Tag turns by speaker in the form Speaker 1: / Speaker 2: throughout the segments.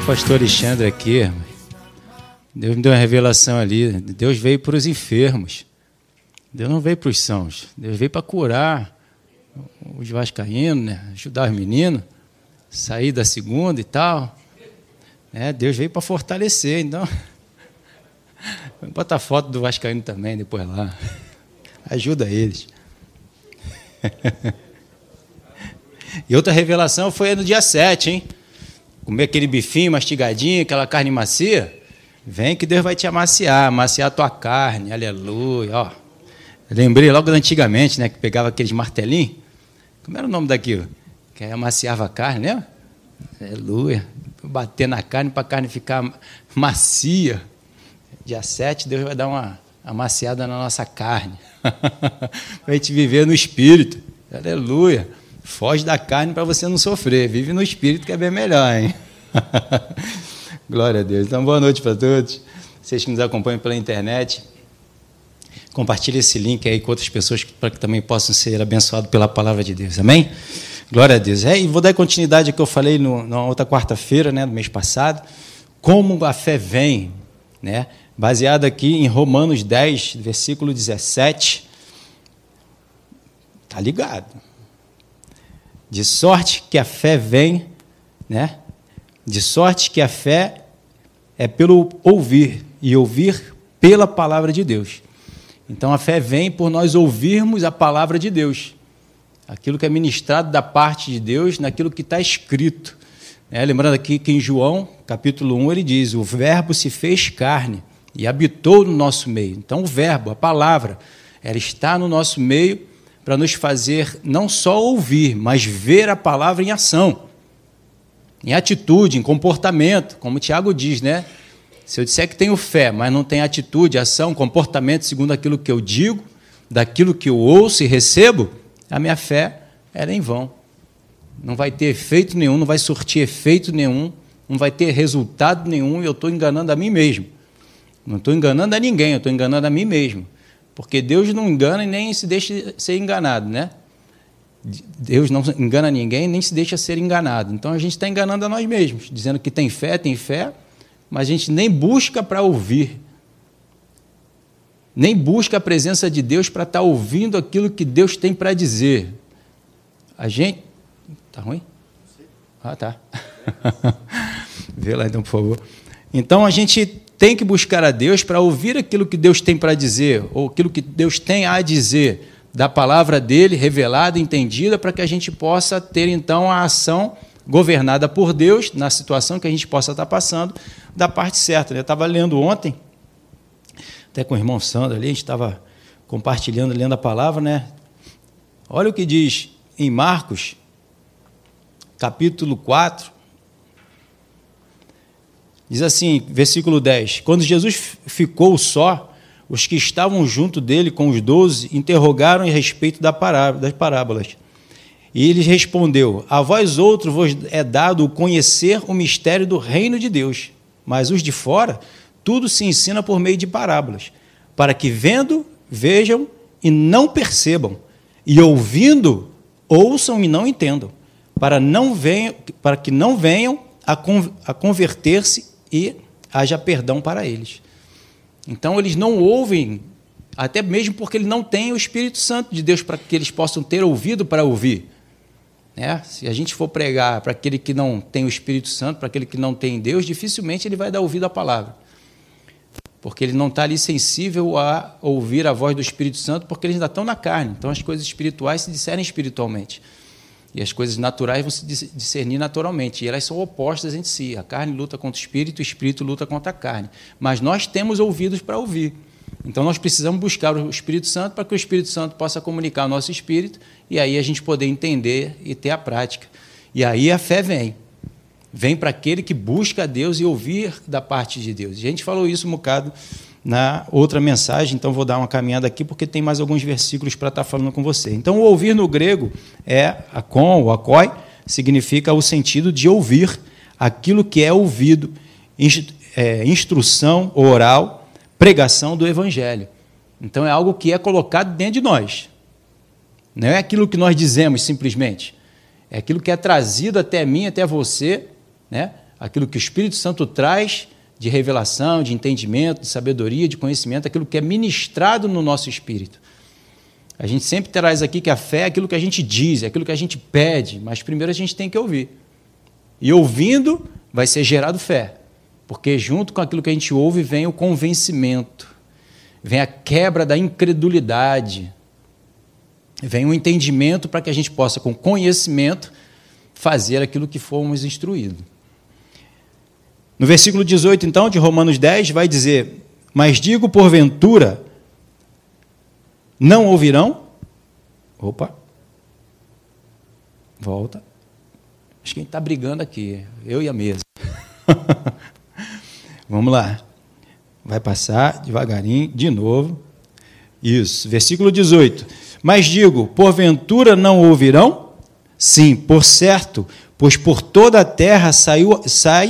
Speaker 1: pastor Alexandre aqui, Deus me deu uma revelação ali. Deus veio para os enfermos. Deus não veio para os sãos. Deus veio para curar os vascaínos, né? Ajudar os meninos, sair da segunda e tal. Deus veio para fortalecer. Então, vou botar foto do vascaíno também depois lá. Ajuda eles. E outra revelação foi no dia 7, hein? Comer aquele bifinho mastigadinho, aquela carne macia. Vem que Deus vai te amaciar a tua carne, aleluia. Ó, eu lembrei logo antigamente, né, que pegava aqueles martelinhos. Como era o nome daquilo? Que amaciava a carne, né? Aleluia. Bater na carne para a carne ficar macia. Dia 7, Deus vai dar uma amaciada na nossa carne. Para a gente viver no Espírito. Aleluia. Foge da carne para você não sofrer. Vive no Espírito que é bem melhor, hein? Glória a Deus. Então, boa noite para todos. Vocês que nos acompanham pela internet. Compartilhe esse link aí com outras pessoas para que também possam ser abençoados pela palavra de Deus. Amém? Glória a Deus. E vou dar continuidade ao que eu falei na outra quarta-feira, né, do mês passado. Como a fé vem, né? Baseado aqui em Romanos 10, versículo 17. Está ligado? De sorte que a fé vem, né? De sorte que a fé é pelo ouvir, e ouvir pela palavra de Deus. Então, a fé vem por nós ouvirmos a palavra de Deus. Aquilo que é ministrado da parte de Deus, naquilo que está escrito. Lembrando aqui que em João, capítulo 1, ele diz, o verbo se fez carne e habitou no nosso meio. Então, o verbo, a palavra, ela está no nosso meio, para nos fazer não só ouvir, mas ver a palavra em ação, em atitude, em comportamento, como o Tiago diz, né? Se eu disser que tenho fé, mas não tenho atitude, ação, comportamento, segundo aquilo que eu digo, daquilo que eu ouço e recebo, a minha fé era em vão. Não vai ter efeito nenhum, não vai surtir efeito nenhum, não vai ter resultado nenhum, e eu estou enganando a mim mesmo. Não estou enganando a ninguém, eu estou enganando a mim mesmo. Porque Deus não engana e nem se deixa ser enganado, né? Deus não engana ninguém nem se deixa ser enganado. Então, a gente está enganando a nós mesmos, dizendo que tem fé, mas a gente nem busca para ouvir. Nem busca a presença de Deus para estar ouvindo aquilo que Deus tem para dizer. A gente... Está ruim? Ah, tá. Vê lá, então, por favor. Então, a gente tem que buscar a Deus para ouvir aquilo que Deus tem para dizer, ou aquilo que Deus tem a dizer, da palavra dele, revelada, entendida, para que a gente possa ter, então, a ação governada por Deus, na situação que a gente possa estar passando, da parte certa. Eu estava lendo ontem, até com o irmão Sandro ali, a gente estava compartilhando, lendo a palavra, né? Olha o que diz em Marcos, capítulo 4, diz assim, versículo 10, quando Jesus ficou só, os que estavam junto dele com os 12 interrogaram a respeito das parábolas. E ele respondeu, a vós outros vos é dado o conhecer o mistério do reino de Deus, mas os de fora, tudo se ensina por meio de parábolas, para que vendo, vejam e não percebam, e ouvindo, ouçam e não entendam, para que não venham a converter-se e haja perdão para eles. Então, eles não ouvem, até mesmo porque eles não têm o Espírito Santo de Deus para que eles possam ter ouvido para ouvir. Se a gente for pregar para aquele que não tem o Espírito Santo, para aquele que não tem Deus, dificilmente ele vai dar ouvido à palavra. Porque ele não está ali sensível a ouvir a voz do Espírito Santo, porque eles ainda estão na carne. Então, as coisas espirituais se discernem espiritualmente. E as coisas naturais vão se discernir naturalmente. E elas são opostas entre si. A carne luta contra o espírito luta contra a carne. Mas nós temos ouvidos para ouvir. Então, nós precisamos buscar o Espírito Santo para que o Espírito Santo possa comunicar ao nosso espírito e aí a gente poder entender e ter a prática. E aí a fé vem. Vem para aquele que busca a Deus e ouvir da parte de Deus. A gente falou isso um bocado na outra mensagem, então vou dar uma caminhada aqui, porque tem mais alguns versículos para estar falando com você. Então, o ouvir no grego é akon, ou akoi, significa o sentido de ouvir aquilo que é ouvido, instrução oral, pregação do Evangelho. Então, é algo que é colocado dentro de nós. Não é aquilo que nós dizemos simplesmente. É aquilo que é trazido até mim, até você, né? aquilo que o Espírito Santo traz de revelação, de entendimento, de sabedoria, de conhecimento, aquilo que é ministrado no nosso espírito. A gente sempre traz aqui que a fé é aquilo que a gente diz, é aquilo que a gente pede, mas primeiro a gente tem que ouvir. E ouvindo vai ser gerado fé, porque junto com aquilo que a gente ouve vem o convencimento, vem a quebra da incredulidade, vem o entendimento para que a gente possa, com conhecimento, fazer aquilo que fomos instruídos. No versículo 18, então, de Romanos 10, vai dizer: mas digo, porventura, não ouvirão? Opa. Volta. Acho que a gente está brigando aqui, eu e a mesa. Vamos lá. Vai passar devagarinho, de novo. Isso, versículo 18. Mas digo, porventura não ouvirão? Sim, por certo, pois por toda a terra saiu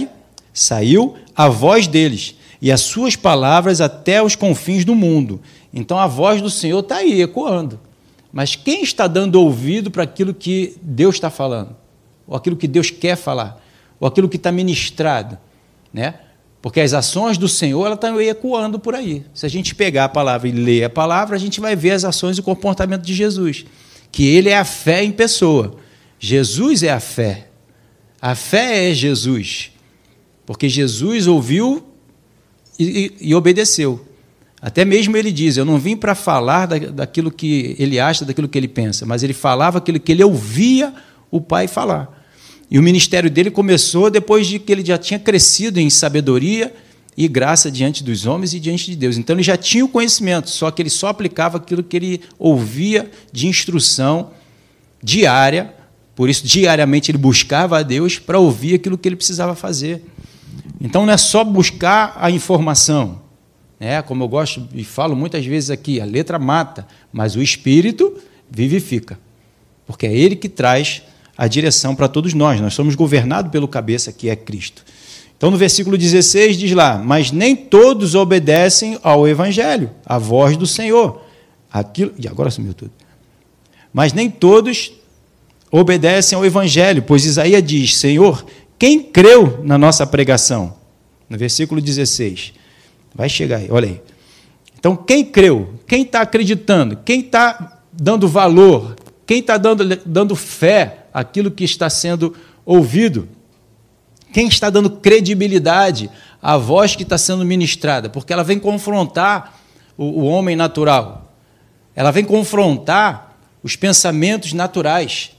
Speaker 1: a voz deles, e as suas palavras até os confins do mundo. Então a voz do Senhor está aí, ecoando. Mas quem está dando ouvido para aquilo que Deus está falando? Ou aquilo que Deus quer falar? Ou aquilo que está ministrado? Né? Porque as ações do Senhor, ela está ecoando por aí. Se a gente pegar a palavra e ler a palavra, a gente vai ver as ações e o comportamento de Jesus. Que ele é a fé em pessoa. Jesus é a fé. A fé é Jesus. Porque Jesus ouviu e obedeceu. Até mesmo ele diz, eu não vim para falar daquilo que ele acha, daquilo que ele pensa, mas ele falava aquilo que ele ouvia o Pai falar. E o ministério dele começou depois de que ele já tinha crescido em sabedoria e graça diante dos homens e diante de Deus. Então ele já tinha o conhecimento, só que ele só aplicava aquilo que ele ouvia de instrução diária, por isso diariamente ele buscava a Deus para ouvir aquilo que ele precisava fazer. Então não é só buscar a informação, né? Como eu gosto e falo muitas vezes aqui, a letra mata, mas o Espírito vivifica, porque é ele que traz a direção para todos nós. Nós somos governados pelo cabeça, que é Cristo. Então, no versículo 16, diz lá, mas nem todos obedecem ao Evangelho, à voz do Senhor. E agora sumiu tudo. Mas nem todos obedecem ao Evangelho, pois Isaías diz, Senhor, quem creu na nossa pregação? No versículo 16. Vai chegar aí, olha aí. Então, quem creu? Quem está acreditando? Quem está dando valor? Quem está dando fé àquilo que está sendo ouvido? Quem está dando credibilidade à voz que está sendo ministrada? Porque ela vem confrontar o homem natural. Ela vem confrontar os pensamentos naturais.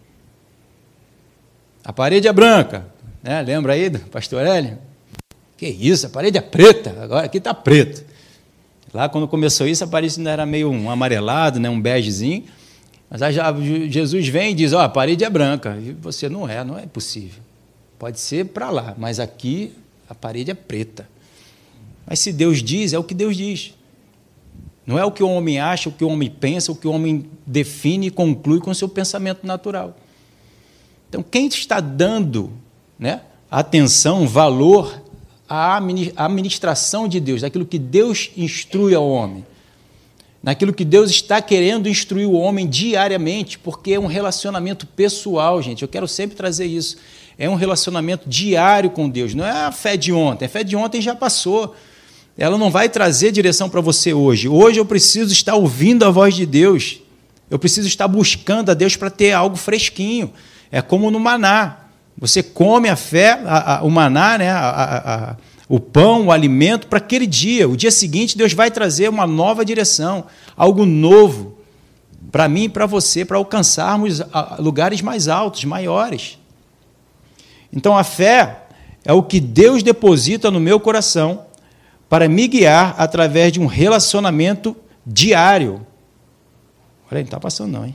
Speaker 1: A parede é branca, né? Lembra aí do pastor Hélio? Que isso, a parede é preta, agora aqui está preto. Lá, quando começou isso, a parede ainda era meio um amarelado, né? Um begezinho. Mas aí Jesus vem e diz, a parede é branca. E você, não é possível. Pode ser para lá, mas aqui a parede é preta. Mas se Deus diz, é o que Deus diz. Não é o que o homem acha, o que o homem pensa, o que o homem define e conclui com o seu pensamento natural. Então, quem está dando, né, atenção, valor à administração de Deus, daquilo que Deus instrui ao homem, naquilo que Deus está querendo instruir o homem diariamente, porque é um relacionamento pessoal, gente. Eu quero sempre trazer isso. É um relacionamento diário com Deus. Não é a fé de ontem. A fé de ontem já passou. Ela não vai trazer direção para você hoje. Hoje eu preciso estar ouvindo a voz de Deus. Eu preciso estar buscando a Deus para ter algo fresquinho. É como no maná. Você come a fé, o maná, né, o pão, o alimento para aquele dia. O dia seguinte, Deus vai trazer uma nova direção, algo novo para mim e para você, para alcançarmos lugares mais altos, maiores. Então, a fé é o que Deus deposita no meu coração para me guiar através de um relacionamento diário. Olha aí, não está passando não, hein?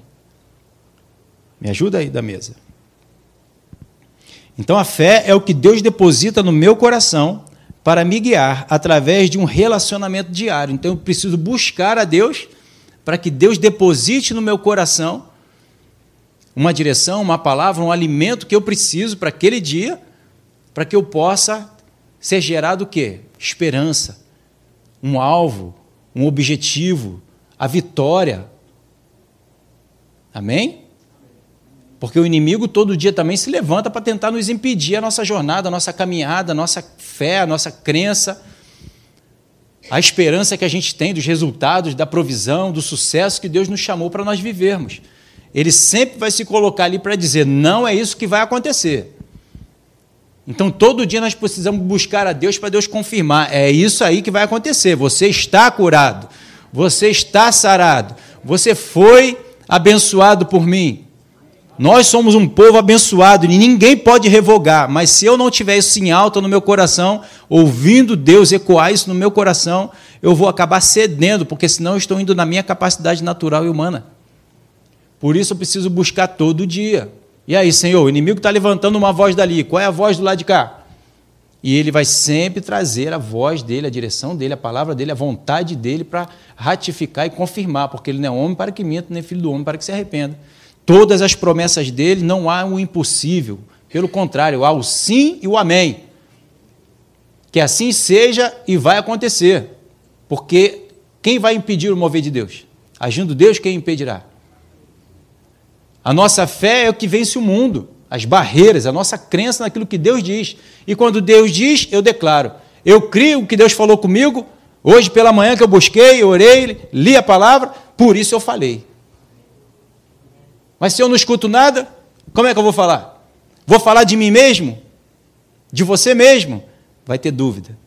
Speaker 1: Me ajuda aí da mesa. Então, a fé é o que Deus deposita no meu coração para me guiar através de um relacionamento diário. Então, eu preciso buscar a Deus para que Deus deposite no meu coração uma direção, uma palavra, um alimento que eu preciso para aquele dia, para que eu possa ser gerado o quê? Esperança, um alvo, um objetivo, a vitória. Amém? Porque o inimigo todo dia também se levanta para tentar nos impedir a nossa jornada, a nossa caminhada, a nossa fé, a nossa crença, a esperança que a gente tem dos resultados, da provisão, do sucesso que Deus nos chamou para nós vivermos. Ele sempre vai se colocar ali para dizer, não é isso que vai acontecer. Então, todo dia nós precisamos buscar a Deus para Deus confirmar, é isso aí que vai acontecer, você está curado, você está sarado, você foi abençoado por mim. Nós somos um povo abençoado e ninguém pode revogar, mas se eu não tiver isso em alta no meu coração, ouvindo Deus ecoar isso no meu coração, eu vou acabar cedendo, porque senão eu estou indo na minha capacidade natural e humana. Por isso eu preciso buscar todo dia. E aí, Senhor, o inimigo está levantando uma voz dali, qual é a voz do lado de cá? E ele vai sempre trazer a voz dele, a direção dele, a palavra dele, a vontade dele para ratificar e confirmar, porque ele não é homem para que minta, nem filho do homem para que se arrependa. Todas as promessas dele, não há o impossível. Pelo contrário, há o sim e o amém. Que assim seja e vai acontecer. Porque quem vai impedir o mover de Deus? Agindo Deus, quem impedirá? A nossa fé é o que vence o mundo, as barreiras, a nossa crença naquilo que Deus diz. E quando Deus diz, eu declaro. Eu crio o que Deus falou comigo, hoje pela manhã que eu busquei, eu orei, li a palavra, por isso eu falei. Mas se eu não escuto nada, como é que eu vou falar? Vou falar de mim mesmo? De você mesmo? Vai ter dúvida.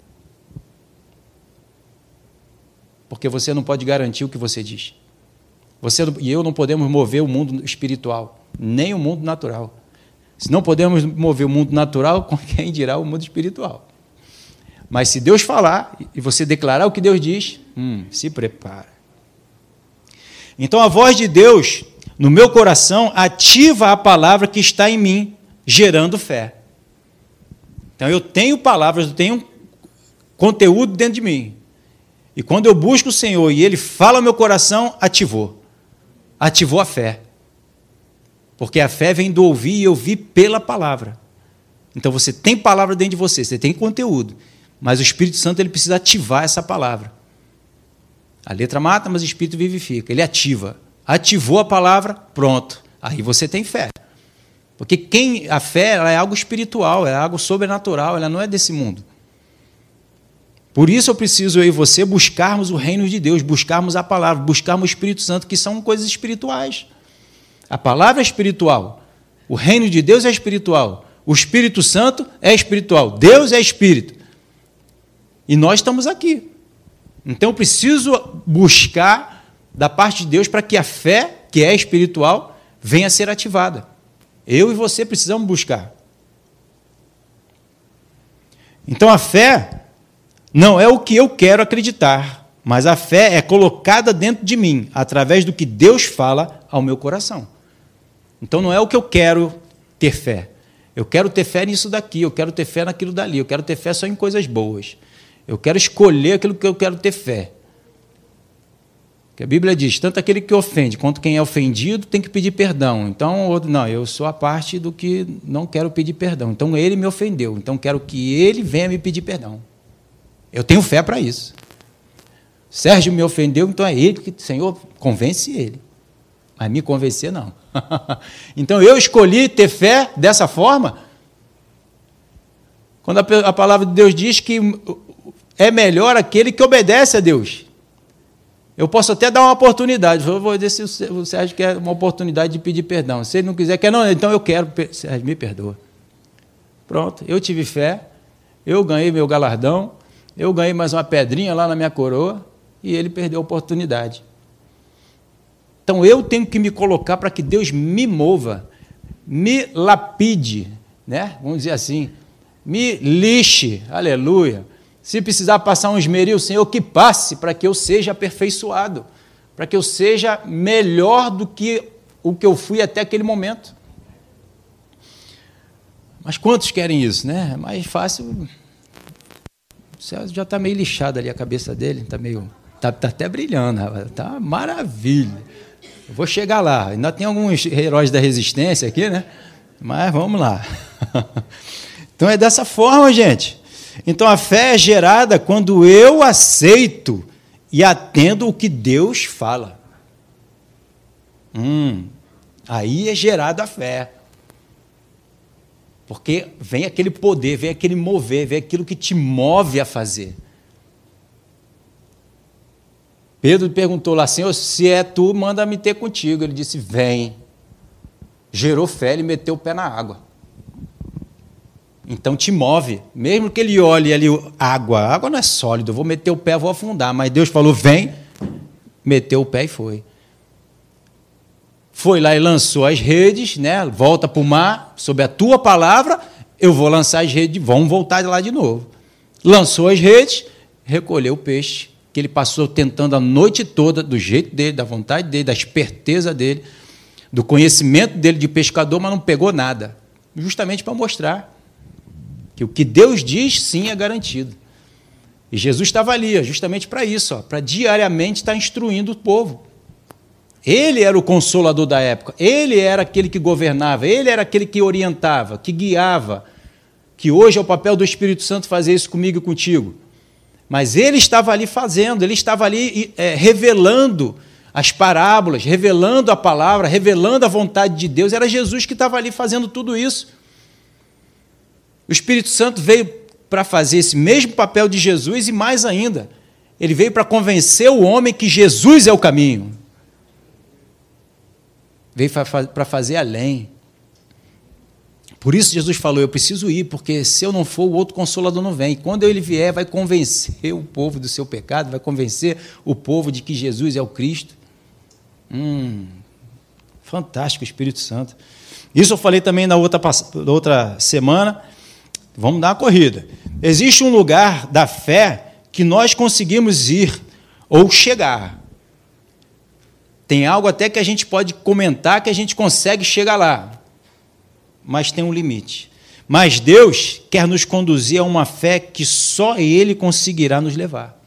Speaker 1: Porque você não pode garantir o que você diz. Você e eu não podemos mover o mundo espiritual, nem o mundo natural. Se não podemos mover o mundo natural, com quem dirá o mundo espiritual? Mas se Deus falar e você declarar o que Deus diz, se prepara. Então a voz de Deus no meu coração ativa a palavra que está em mim, gerando fé. Então eu tenho palavras, eu tenho conteúdo dentro de mim. E quando eu busco o Senhor e Ele fala ao meu coração, ativou a fé. Porque a fé vem do ouvir e ouvir pela palavra. Então você tem palavra dentro de você, você tem conteúdo, mas o Espírito Santo ele precisa ativar essa palavra. A letra mata, mas o Espírito vivifica, ele ativa. Ativou a palavra, pronto. Aí você tem fé. Porque a fé ela é algo espiritual, é algo sobrenatural, ela não é desse mundo. Por isso eu preciso, eu e você, buscarmos o reino de Deus, buscarmos a palavra, buscarmos o Espírito Santo, que são coisas espirituais. A palavra é espiritual, o reino de Deus é espiritual, o Espírito Santo é espiritual, Deus é Espírito. E nós estamos aqui. Então eu preciso buscar da parte de Deus para que a fé, que é espiritual, venha a ser ativada. Eu e você precisamos buscar. Então a fé não é o que eu quero acreditar, mas a fé é colocada dentro de mim, através do que Deus fala ao meu coração. Então não é o que eu quero ter fé. Eu quero ter fé nisso daqui, eu quero ter fé naquilo dali, eu quero ter fé só em coisas boas. Eu quero escolher aquilo que eu quero ter fé. Porque a Bíblia diz, tanto aquele que ofende quanto quem é ofendido tem que pedir perdão. Então, não, eu sou a parte do que não quero pedir perdão. Então, ele me ofendeu. Então, quero que ele venha me pedir perdão. Eu tenho fé para isso. Sérgio me ofendeu, então é ele que, Senhor, convence ele. Mas me convencer, não. Então, eu escolhi ter fé dessa forma. Quando a palavra de Deus diz que é melhor aquele que obedece a Deus. Eu posso até dar uma oportunidade. Eu vou dizer se o Sérgio quer uma oportunidade de pedir perdão. Se ele não quiser, não, então eu quero. Sérgio, me perdoa. Pronto, eu tive fé, eu ganhei meu galardão, eu ganhei mais uma pedrinha lá na minha coroa e ele perdeu a oportunidade. Então eu tenho que me colocar para que Deus me mova, me lapide, né? Vamos dizer assim, me lixe, aleluia. Se precisar passar um esmeril, Senhor, que passe para que eu seja aperfeiçoado, para que eu seja melhor do que o que eu fui até aquele momento. Mas quantos querem isso, né? É mais fácil. O Sérgio já está meio lixado ali a cabeça dele, está até brilhando, está maravilha. Eu vou chegar lá. Ainda tem alguns heróis da resistência aqui, né? Mas vamos lá. Então é dessa forma, gente. Então a fé é gerada quando eu aceito e atendo o que Deus fala. Aí é gerada a fé. Porque vem aquele poder, vem aquele mover, vem aquilo que te move a fazer. Pedro perguntou lá, Senhor, se é tu, manda-me ter contigo. Ele disse, vem. Gerou fé, ele meteu o pé na água. Então te move. Mesmo que ele olhe ali, a água não é sólida, eu vou meter o pé, vou afundar. Mas Deus falou, vem, meteu o pé e foi. Foi lá e lançou as redes, né? Volta para o mar, sob a tua palavra, eu vou lançar as redes, vão voltar lá de novo. Lançou as redes, recolheu o peixe, que ele passou tentando a noite toda, do jeito dele, da vontade dele, da esperteza dele, do conhecimento dele de pescador, mas não pegou nada. Justamente para mostrar que o que Deus diz, sim, é garantido. E Jesus estava ali, justamente para isso, para diariamente estar instruindo o povo. Ele era o consolador da época, ele era aquele que governava, ele era aquele que orientava, que guiava, que hoje é o papel do Espírito Santo fazer isso comigo e contigo. Mas ele estava ali fazendo, ele estava ali revelando as parábolas, revelando a palavra, revelando a vontade de Deus. Era Jesus que estava ali fazendo tudo isso. O Espírito Santo veio para fazer esse mesmo papel de Jesus e mais ainda, ele veio para convencer o homem que Jesus é o caminho. Veio para fazer além. Por isso Jesus falou, eu preciso ir, porque se eu não for, o outro Consolador não vem. Quando ele vier, vai convencer o povo do seu pecado, vai convencer o povo de que Jesus é o Cristo. Fantástico, Espírito Santo. Isso eu falei também na outra semana. Vamos dar uma corrida. Existe um lugar da fé que nós conseguimos ir ou chegar. Tem algo até que a gente pode comentar que a gente consegue chegar lá. Mas tem um limite. Mas Deus quer nos conduzir a uma fé que só Ele conseguirá nos levar.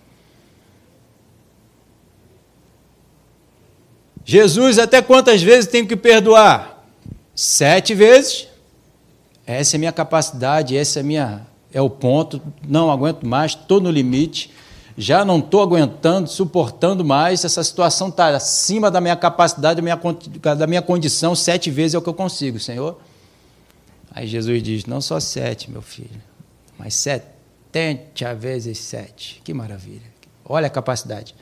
Speaker 1: Jesus, até quantas vezes tenho que perdoar? 7 vezes. Essa é a minha capacidade, é o ponto. Não aguento mais, estou no limite. Já não estou aguentando, suportando mais. Essa situação está acima da minha capacidade, da minha condição. 7 vezes é o que eu consigo, Senhor. Aí Jesus diz, não só 7, meu filho, mas 70 vezes 7. Que maravilha. Olha a capacidade.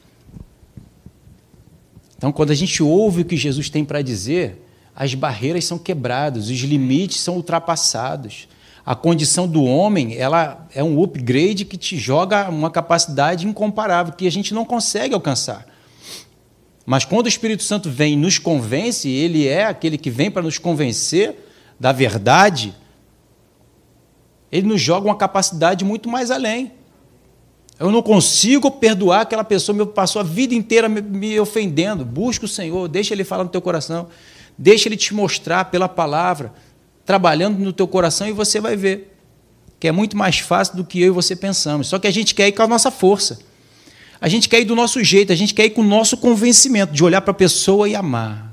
Speaker 1: Então, quando a gente ouve o que Jesus tem para dizer, as barreiras são quebradas, os limites são ultrapassados. A condição do homem, ela é um upgrade que te joga uma capacidade incomparável, que a gente não consegue alcançar. Mas quando o Espírito Santo vem e nos convence, ele é aquele que vem para nos convencer da verdade, ele nos joga uma capacidade muito mais além. Eu não consigo perdoar aquela pessoa que passou a vida inteira me ofendendo. Busca o Senhor, deixa Ele falar no teu coração, deixa Ele te mostrar pela palavra, trabalhando no teu coração, e você vai ver que é muito mais fácil do que eu e você pensamos. Só que a gente quer ir com a nossa força. A gente quer ir do nosso jeito, a gente quer ir com o nosso convencimento, de olhar para a pessoa e amar.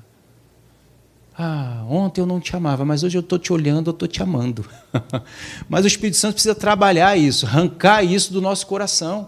Speaker 1: Ontem eu não te amava, mas hoje eu estou te olhando, eu estou te amando. Mas o Espírito Santo precisa trabalhar isso, arrancar isso do nosso coração.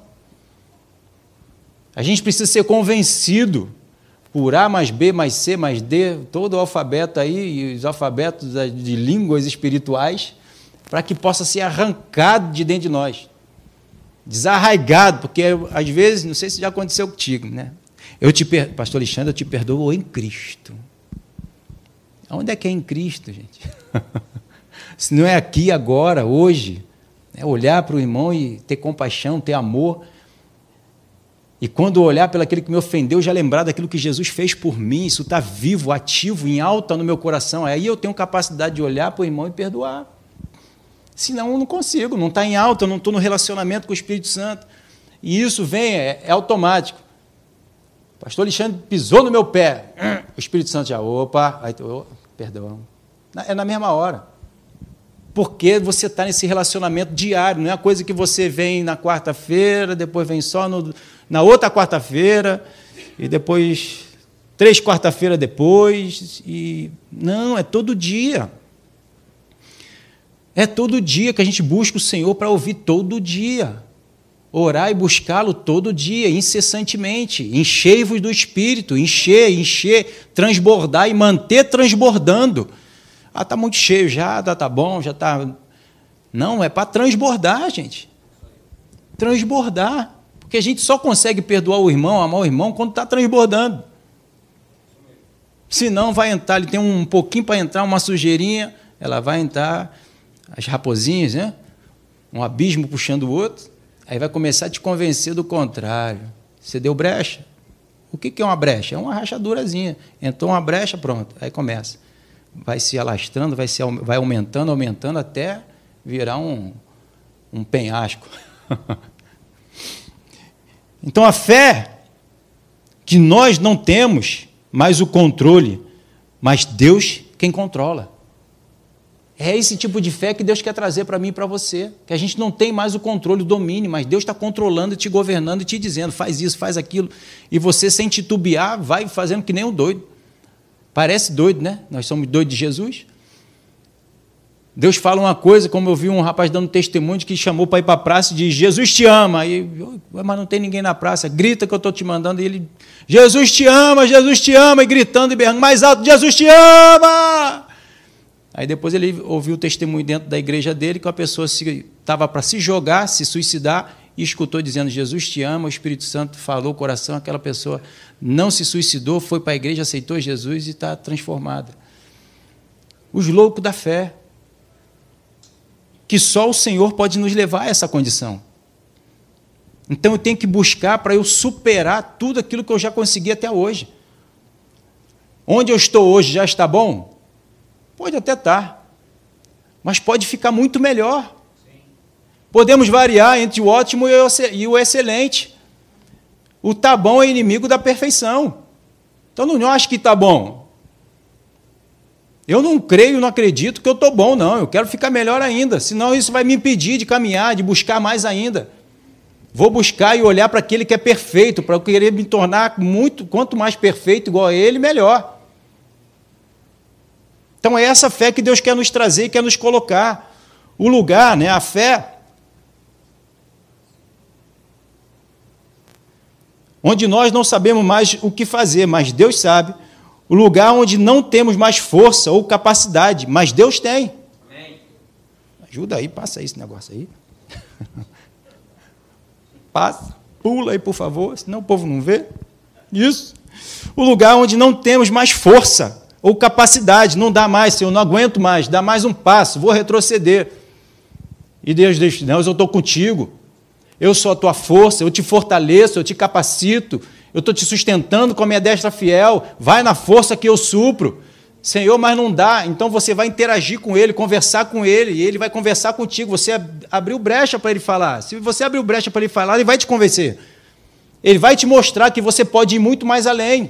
Speaker 1: A gente precisa ser convencido por A mais B mais C mais D, todo o alfabeto aí, e os alfabetos de línguas espirituais, para que possa ser arrancado de dentro de nós. Desarraigado, porque às vezes, não sei se já aconteceu contigo, né? Pastor Alexandre, eu te perdoo em Cristo. Onde é que é em Cristo, gente? Se não é aqui, agora, hoje, é olhar para o irmão e ter compaixão, ter amor. E quando olhar pelo aquele que me ofendeu, já lembrar daquilo que Jesus fez por mim, isso está vivo, ativo, em alta no meu coração. Aí eu tenho capacidade de olhar para o irmão e perdoar. Senão eu não consigo, não está em alta, eu não estou no relacionamento com o Espírito Santo. E isso vem, é automático. O pastor Alexandre pisou no meu pé. O Espírito Santo já, perdão. É na mesma hora. Porque você está nesse relacionamento diário, não é uma coisa que você vem na quarta-feira, depois vem só na outra quarta-feira, e depois 3 quarta-feiras depois. Não, é todo dia. É todo dia que a gente busca o Senhor para ouvir todo dia. Orar e buscá-lo todo dia, incessantemente. Enchei-vos do Espírito, encher, transbordar e manter transbordando. Ah, está muito cheio já, tá bom, já está... Não, é para transbordar, gente. Transbordar. Porque a gente só consegue perdoar o irmão, amar o irmão, quando está transbordando. Senão vai entrar, ele tem um pouquinho para entrar, uma sujeirinha, ela vai entrar, as raposinhas, né? Um abismo puxando o outro, aí vai começar a te convencer do contrário. Você deu brecha? O que é uma brecha? É uma rachadurazinha. Entrou uma brecha, pronto, aí começa. Vai se alastrando, vai aumentando, até virar um penhasco. Então, a fé que nós não temos mais o controle, mas Deus quem controla. É esse tipo de fé que Deus quer trazer para mim e para você, que a gente não tem mais o controle, o domínio, mas Deus está controlando, te governando e te dizendo, faz isso, faz aquilo, e você, sem titubear, vai fazendo que nem um doido. Parece doido, né? Nós somos doidos de Jesus. Deus fala uma coisa, como eu vi um rapaz dando testemunho que chamou para ir para a praça e diz, Jesus te ama. Aí, mas não tem ninguém na praça, grita que eu estou te mandando. E ele, Jesus te ama, e gritando e berrando mais alto, Jesus te ama! Aí depois ele ouviu o testemunho dentro da igreja dele, que a pessoa estava para se jogar, se suicidar, e escutou dizendo, Jesus te ama, o Espírito Santo falou o coração, aquela pessoa não se suicidou, foi para a igreja, aceitou Jesus e está transformada. Os loucos da fé, que só o Senhor pode nos levar a essa condição. Então eu tenho que buscar para eu superar tudo aquilo que eu já consegui até hoje. Onde eu estou hoje já está bom? Pode até estar, mas pode ficar muito melhor. Podemos variar entre o ótimo e o excelente. O tá bom é inimigo da perfeição. Então não acho que está bom. Eu não creio, não acredito que eu estou bom, não. Eu quero ficar melhor ainda, senão isso vai me impedir de caminhar, de buscar mais ainda. Vou buscar e olhar para aquele que é perfeito, para eu querer me tornar quanto mais perfeito, igual a ele, melhor. Então é essa fé que Deus quer nos trazer, quer nos colocar. O lugar, né, a fé, onde nós não sabemos mais o que fazer, mas Deus sabe. O lugar onde não temos mais força ou capacidade, mas Deus tem. Amém. Ajuda aí, passa aí esse negócio aí. Passa, pula aí, por favor, senão o povo não vê. Isso. O lugar onde não temos mais força ou capacidade, não dá mais, Senhor, não aguento mais, dá mais um passo, vou retroceder. E Deus diz, não, eu estou contigo, eu sou a tua força, eu te fortaleço, eu te capacito, eu estou te sustentando com a minha destra fiel, vai na força que eu supro. Senhor, mas não dá, então você vai interagir com ele, conversar com ele, e ele vai conversar contigo, você abriu brecha para ele falar. Se você abriu brecha para ele falar, ele vai te convencer. Ele vai te mostrar que você pode ir muito mais além.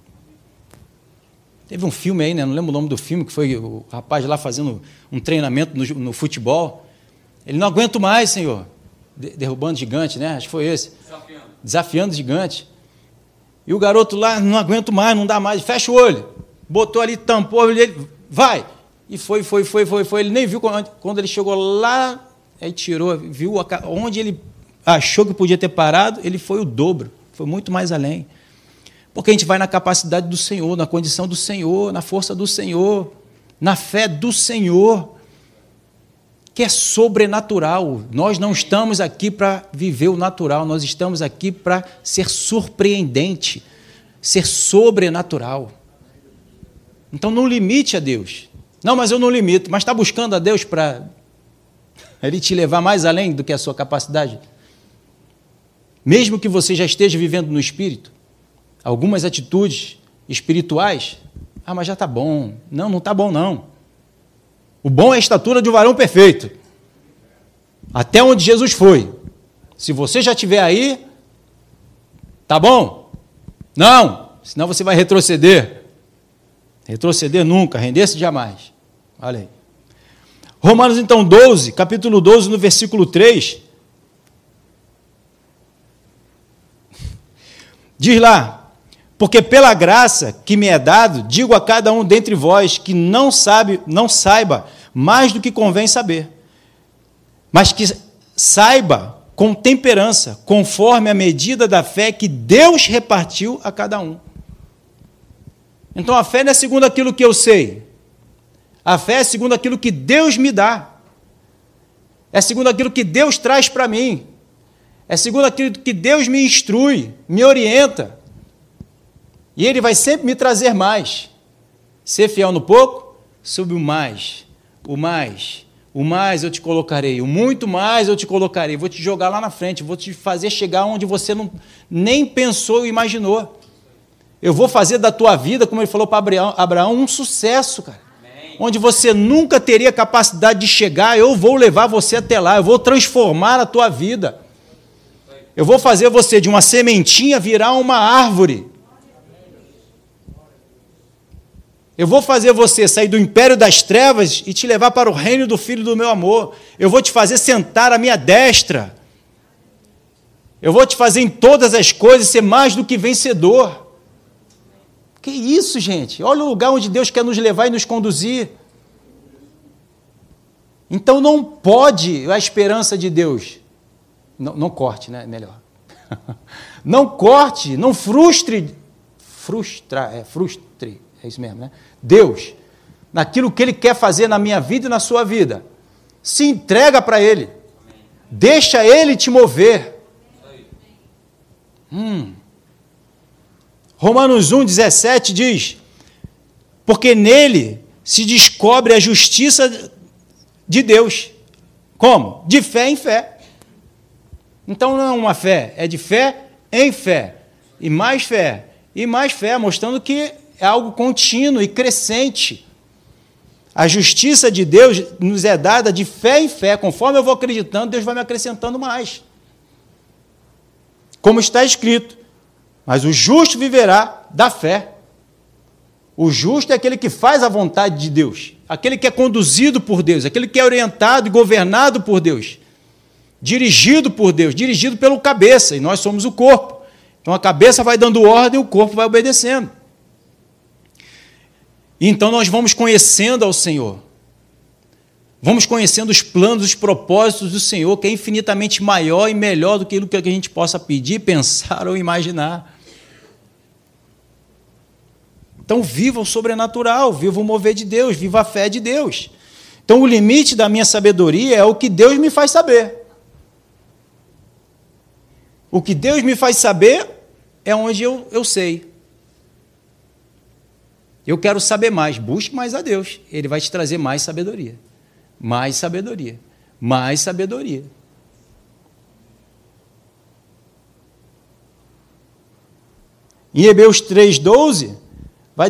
Speaker 1: Teve um filme aí, né? Não lembro o nome do filme, que foi o rapaz lá fazendo um treinamento no futebol. Ele não aguenta mais, Senhor. Derrubando gigante, né? Acho que foi esse. Desafiando gigante. E o garoto lá, não aguento mais, não dá mais, fecha o olho. Botou ali, tampou, ele vai. E foi. Ele nem viu quando ele chegou lá, aí tirou, viu onde ele achou que podia ter parado, ele foi o dobro, foi muito mais além. Porque a gente vai na capacidade do Senhor, na condição do Senhor, na força do Senhor, na fé do Senhor, que é sobrenatural. Nós não estamos aqui para viver o natural, nós estamos aqui para ser surpreendente, ser sobrenatural. Então não limite a Deus. Não, mas eu não limito, mas está buscando a Deus para Ele te levar mais além do que a sua capacidade? Mesmo que você já esteja vivendo no Espírito, algumas atitudes espirituais, mas já está bom. Não, não está bom, não. O bom é a estatura de um varão perfeito. Até onde Jesus foi. Se você já estiver aí, tá bom? Não, senão você vai retroceder. Retroceder nunca, render-se jamais. Olha aí. Romanos, então, 12, capítulo 12, no versículo 3. Diz lá, porque pela graça que me é dado, digo a cada um dentre vós que não saiba mais do que convém saber, mas que saiba com temperança, conforme a medida da fé que Deus repartiu a cada um. Então a fé não é segundo aquilo que eu sei. A fé é segundo aquilo que Deus me dá. É segundo aquilo que Deus traz para mim. É segundo aquilo que Deus me instrui, me orienta. E Ele vai sempre me trazer mais. Ser fiel no pouco, sobre o mais eu te colocarei, o muito mais eu te colocarei, vou te jogar lá na frente, vou te fazer chegar onde você nem pensou ou imaginou. Eu vou fazer da tua vida, como ele falou para Abraão, um sucesso, cara. Amém. Onde você nunca teria capacidade de chegar, eu vou levar você até lá, eu vou transformar a tua vida. Eu vou fazer você de uma sementinha virar uma árvore. Eu vou fazer você sair do império das trevas e te levar para o reino do Filho do meu amor. Eu vou te fazer sentar à minha destra. Eu vou te fazer em todas as coisas ser mais do que vencedor. Que isso, gente? Olha o lugar onde Deus quer nos levar e nos conduzir. Então não pode a esperança de Deus. Não corte, né? Melhor. Não corte, não frustre. Frustre. É isso mesmo, né? Deus, naquilo que Ele quer fazer na minha vida e na sua vida, se entrega para Ele. Deixa Ele te mover. Romanos 1,17 diz, porque nele se descobre a justiça de Deus. Como? De fé em fé. Então não é uma fé, é de fé em fé. E mais fé, mostrando que é algo contínuo e crescente. A justiça de Deus nos é dada de fé em fé. Conforme eu vou acreditando, Deus vai me acrescentando mais. Como está escrito, mas o justo viverá da fé. O justo é aquele que faz a vontade de Deus, aquele que é conduzido por Deus, aquele que é orientado e governado por Deus, dirigido por Deus, dirigido pelo cabeça, e nós somos o corpo. Então a cabeça vai dando ordem e o corpo vai obedecendo. E então nós vamos conhecendo ao Senhor, vamos conhecendo os planos, os propósitos do Senhor, que é infinitamente maior e melhor do que aquilo que a gente possa pedir, pensar ou imaginar. Então viva o sobrenatural, viva o mover de Deus, viva a fé de Deus. Então o limite da minha sabedoria é o que Deus me faz saber. O que Deus me faz saber é onde eu sei. Eu quero saber mais, busque mais a Deus. Ele vai te trazer mais sabedoria. Mais sabedoria. Mais sabedoria. Em Hebreus 3,12, vai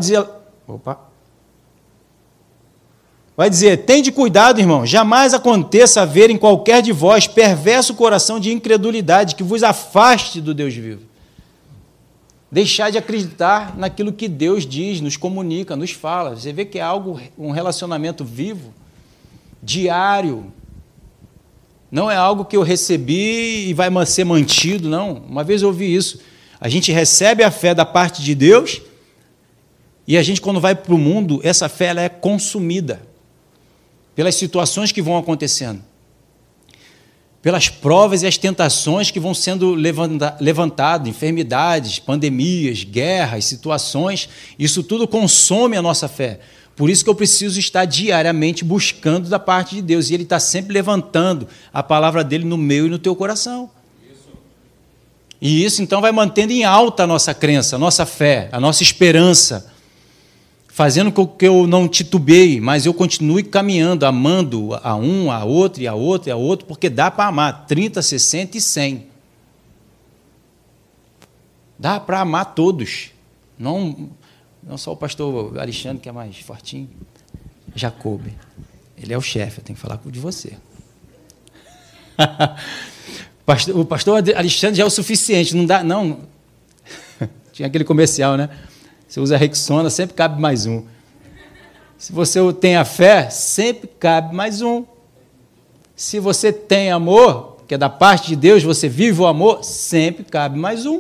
Speaker 1: dizer, tende cuidado, irmão, jamais aconteça haver em qualquer de vós perverso coração de incredulidade que vos afaste do Deus vivo. Deixar de acreditar naquilo que Deus diz, nos comunica, nos fala. Você vê que é algo, um relacionamento vivo, diário. Não é algo que eu recebi e vai ser mantido, não. Uma vez eu ouvi isso. A gente recebe a fé da parte de Deus e a gente, quando vai para o mundo, essa fé ela é consumida pelas situações que vão acontecendo, pelas provas e as tentações que vão sendo levantadas, enfermidades, pandemias, guerras, situações, isso tudo consome a nossa fé. Por isso que eu preciso estar diariamente buscando da parte de Deus, e Ele está sempre levantando a palavra dEle no meu e no teu coração. E isso, então, vai mantendo em alta a nossa crença, a nossa fé, a nossa esperança, fazendo com que eu não titubeie, mas eu continue caminhando, amando a um, a outro, e a outro, e a outro, porque dá para amar 30, 60 e 100. Dá para amar todos. Não só o pastor Alexandre, que é mais fortinho. Jacob. Ele é o chefe, eu tenho que falar de você. O pastor Alexandre já é o suficiente, não dá, não. Tinha aquele comercial, né? Você usa a Rexona, sempre cabe mais um. Se você tem a fé, sempre cabe mais um. Se você tem amor, que é da parte de Deus, você vive o amor, sempre cabe mais um.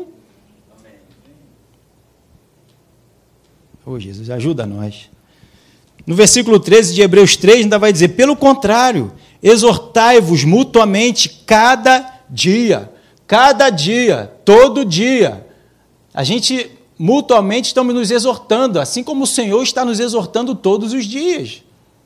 Speaker 1: Ô, Jesus, ajuda nós. No versículo 13 de Hebreus 3, ainda vai dizer, pelo contrário, exortai-vos mutuamente cada dia, cada dia, todo dia. A gente mutuamente estamos nos exortando, assim como o Senhor está nos exortando todos os dias.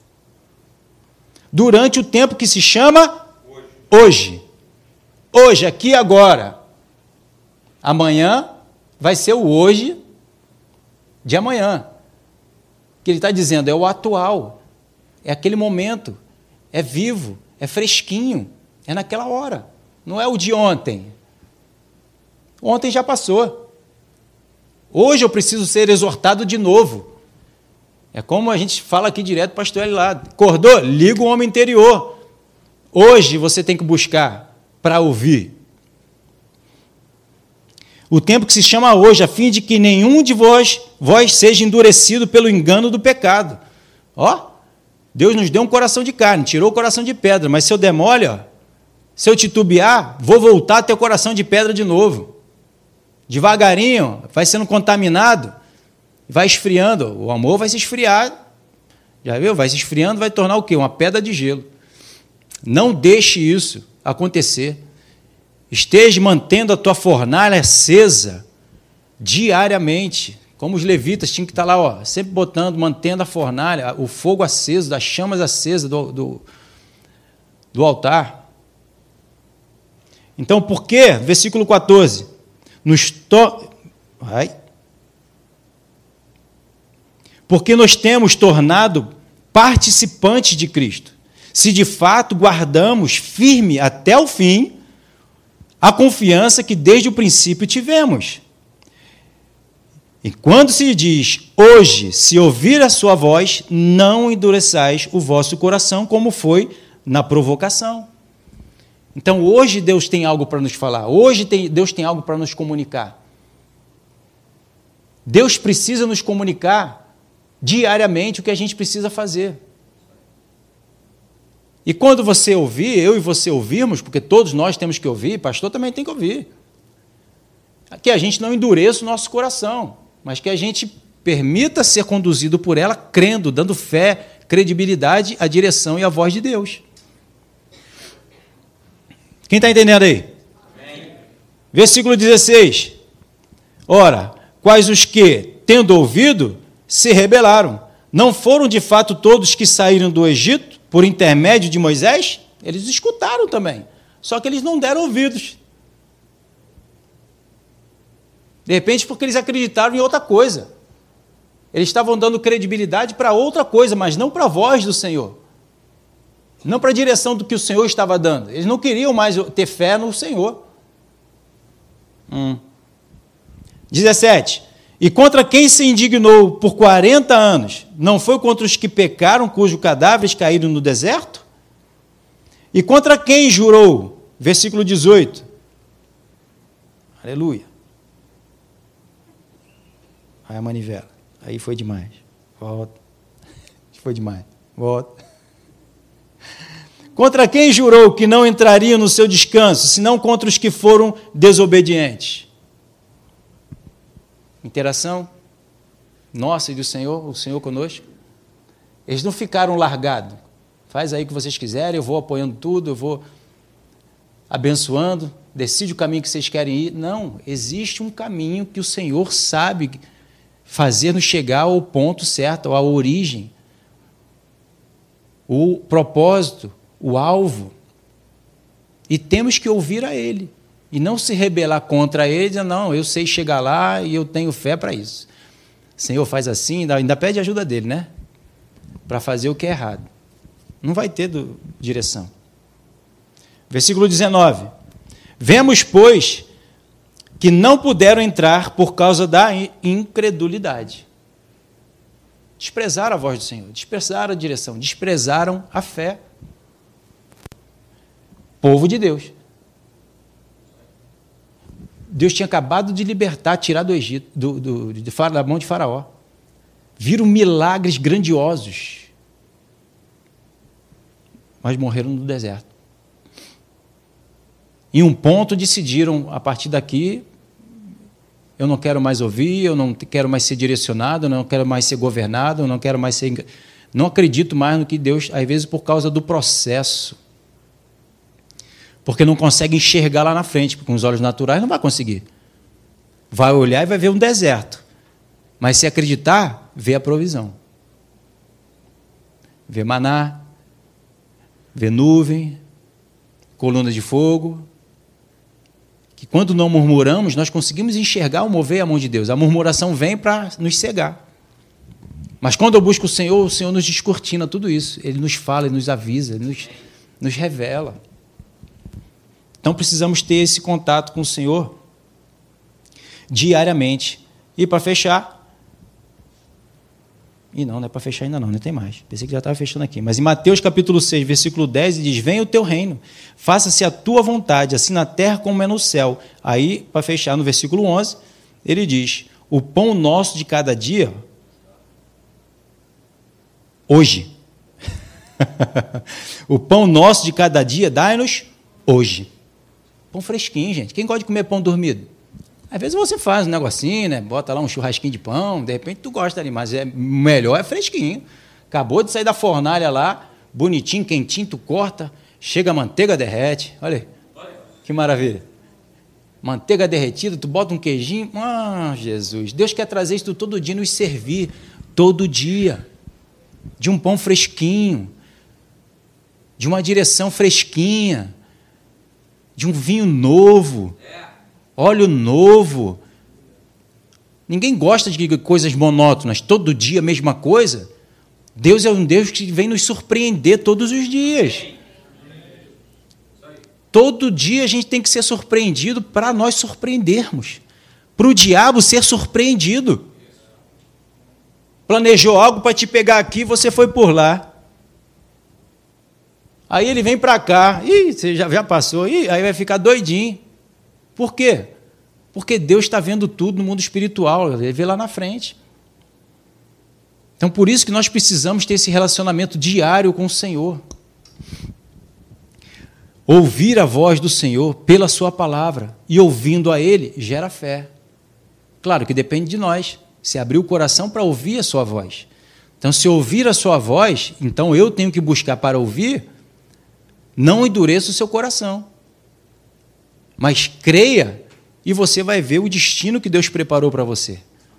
Speaker 1: Durante o tempo que se chama hoje. Hoje, aqui e agora. Amanhã vai ser o hoje de amanhã. O que ele está dizendo é o atual, é aquele momento, é vivo, é fresquinho, é naquela hora, não é o de ontem. Ontem já passou. Hoje eu preciso ser exortado de novo. É como a gente fala aqui direto, pastor Eli lá, acordou? Liga o homem interior. Hoje você tem que buscar para ouvir. O tempo que se chama hoje, a fim de que nenhum de vós seja endurecido pelo engano do pecado. Ó, Deus nos deu um coração de carne, tirou o coração de pedra, mas se eu der mole, se eu titubear, vou voltar a ter o coração de pedra de novo. Devagarinho, vai sendo contaminado, vai esfriando, o amor vai se esfriar, já viu? Vai se esfriando, vai tornar o quê? Uma pedra de gelo. Não deixe isso acontecer. Esteja mantendo a tua fornalha acesa diariamente, como os levitas tinham que estar lá, sempre mantendo a fornalha, o fogo aceso, das chamas acesas do altar. Então, por quê? Versículo 14. Porque nos temos tornado participantes de Cristo, se de fato guardamos firme até o fim a confiança que desde o princípio tivemos. E quando se diz, hoje, se ouvir a sua voz, não endureçais o vosso coração, como foi na provocação. Então, hoje Deus tem algo para nos falar, hoje Deus tem algo para nos comunicar. Deus precisa nos comunicar diariamente o que a gente precisa fazer. E quando você ouvir, eu e você ouvirmos, porque todos nós temos que ouvir, pastor também tem que ouvir, que a gente não endureça o nosso coração, mas que a gente permita ser conduzido por ela, crendo, dando fé, credibilidade à direção e à voz de Deus. Quem está entendendo aí? Amém. Versículo 16. Ora, quais os que, tendo ouvido, se rebelaram? Não foram de fato todos que saíram do Egito por intermédio de Moisés? Eles escutaram também, só que eles não deram ouvidos. De repente, porque eles acreditaram em outra coisa. Eles estavam dando credibilidade para outra coisa, mas não para a voz do Senhor. Não para a direção do que o Senhor estava dando. Eles não queriam mais ter fé no Senhor. 17. E contra quem se indignou por 40 anos? Não foi contra os que pecaram, cujos cadáveres caíram no deserto? E contra quem jurou? Versículo 18. Aleluia. Aí a manivela. Aí foi demais. Volta. Foi demais. Volta. Contra quem jurou que não entraria no seu descanso, senão contra os que foram desobedientes? Interação nossa e do Senhor, o Senhor conosco. Eles não ficaram largados. Faz aí o que vocês quiserem, eu vou apoiando tudo, eu vou abençoando, decide o caminho que vocês querem ir. Não, existe um caminho que o Senhor sabe fazer-nos chegar ao ponto certo, à origem, o propósito, o alvo. E temos que ouvir a Ele. E não se rebelar contra ele, dizer, não, eu sei chegar lá e eu tenho fé para isso. O Senhor faz assim, ainda pede ajuda dele, né? Para fazer o que é errado. Não vai ter direção. Versículo 19. Vemos, pois, que não puderam entrar por causa da incredulidade. Desprezaram a voz do Senhor, desprezaram a direção, desprezaram a fé. Povo de Deus. Deus tinha acabado de libertar, tirar do Egito, da mão de Faraó. Viram milagres grandiosos, mas morreram no deserto. Em um ponto decidiram, a partir daqui, eu não quero mais ouvir, eu não quero mais ser direcionado, eu não quero mais ser governado, eu não quero mais ser... Não acredito mais no que Deus, às vezes por causa do processo. porque não consegue enxergar lá na frente, porque com os olhos naturais não vai conseguir. Vai olhar e vai ver um deserto. Mas se acreditar, vê a provisão. Vê maná, vê nuvem, coluna de fogo. Que quando não murmuramos, nós conseguimos enxergar o mover e a mão de Deus. A murmuração vem para nos cegar. Mas quando eu busco o Senhor nos descortina tudo isso. Ele nos fala, Ele nos avisa, Ele nos revela. Então precisamos ter esse contato com o Senhor diariamente. E para fechar... E não é para fechar ainda não tem mais. Pensei que já estava fechando aqui. Mas em Mateus capítulo 6, versículo 10, ele diz, venha o teu reino, faça-se a tua vontade, assim na terra como é no céu. Aí, para fechar, no versículo 11, ele diz, o pão nosso de cada dia, hoje. O pão nosso de cada dia, dai-nos hoje. Pão fresquinho, gente. Quem gosta de comer pão dormido? Às vezes você faz um negocinho, né? Bota lá um churrasquinho de pão, de repente tu gosta ali, mas melhor é fresquinho. Acabou de sair da fornalha lá, bonitinho, quentinho, tu corta, chega a manteiga, derrete. Olha aí, que maravilha. Manteiga derretida, tu bota um queijinho. Ah, Jesus, Deus quer trazer isso todo dia, nos servir todo dia. De um pão fresquinho, de uma direção fresquinha, de um vinho novo. Óleo novo. Ninguém gosta de coisas monótonas, todo dia a mesma coisa. Deus é um Deus que vem nos surpreender todos os dias. Todo dia a gente tem que ser surpreendido para nós surpreendermos. Para o diabo ser surpreendido. Planejou algo para te pegar aqui, você foi por lá. Aí ele vem para cá, você já passou, aí vai ficar doidinho. Por quê? Porque Deus está vendo tudo no mundo espiritual, Ele vê lá na frente. Então, por isso que nós precisamos ter esse relacionamento diário com o Senhor. Ouvir a voz do Senhor pela sua palavra, e ouvindo a Ele, gera fé. Claro que depende de nós, se abrir o coração para ouvir a sua voz. Então, se ouvir a sua voz, então eu tenho que buscar para ouvir, não endureça o seu coração. Mas creia e você vai ver o destino que Deus preparou para você.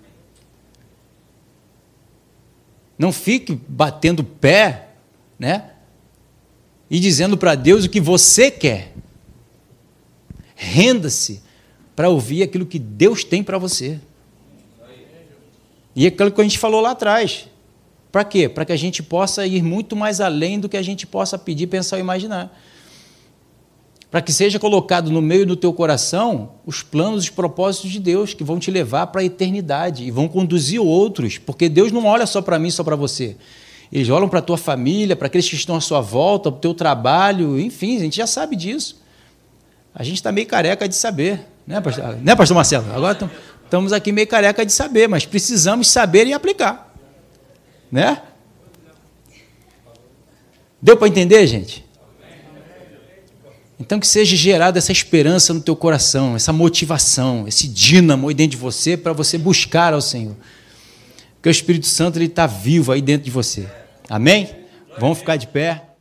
Speaker 1: Não fique batendo pé, né? E dizendo para Deus o que você quer. Renda-se para ouvir aquilo que Deus tem para você. E é aquilo que a gente falou lá atrás. Para quê? Para que a gente possa ir muito mais além do que a gente possa pedir, pensar ou imaginar. Para que seja colocado no meio do teu coração os planos e os propósitos de Deus que vão te levar para a eternidade e vão conduzir outros, porque Deus não olha só para mim, só para você. Eles olham para a tua família, para aqueles que estão à sua volta, para o teu trabalho, enfim, a gente já sabe disso. A gente está meio careca de saber, né, pastor Marcelo? Agora estamos aqui meio careca de saber, mas precisamos saber e aplicar. Né? Deu para entender, gente? Então, que seja gerada essa esperança no teu coração, essa motivação, esse dínamo aí dentro de você, para você buscar ao Senhor. Porque o Espírito Santo está vivo aí dentro de você. Amém? Vamos ficar de pé.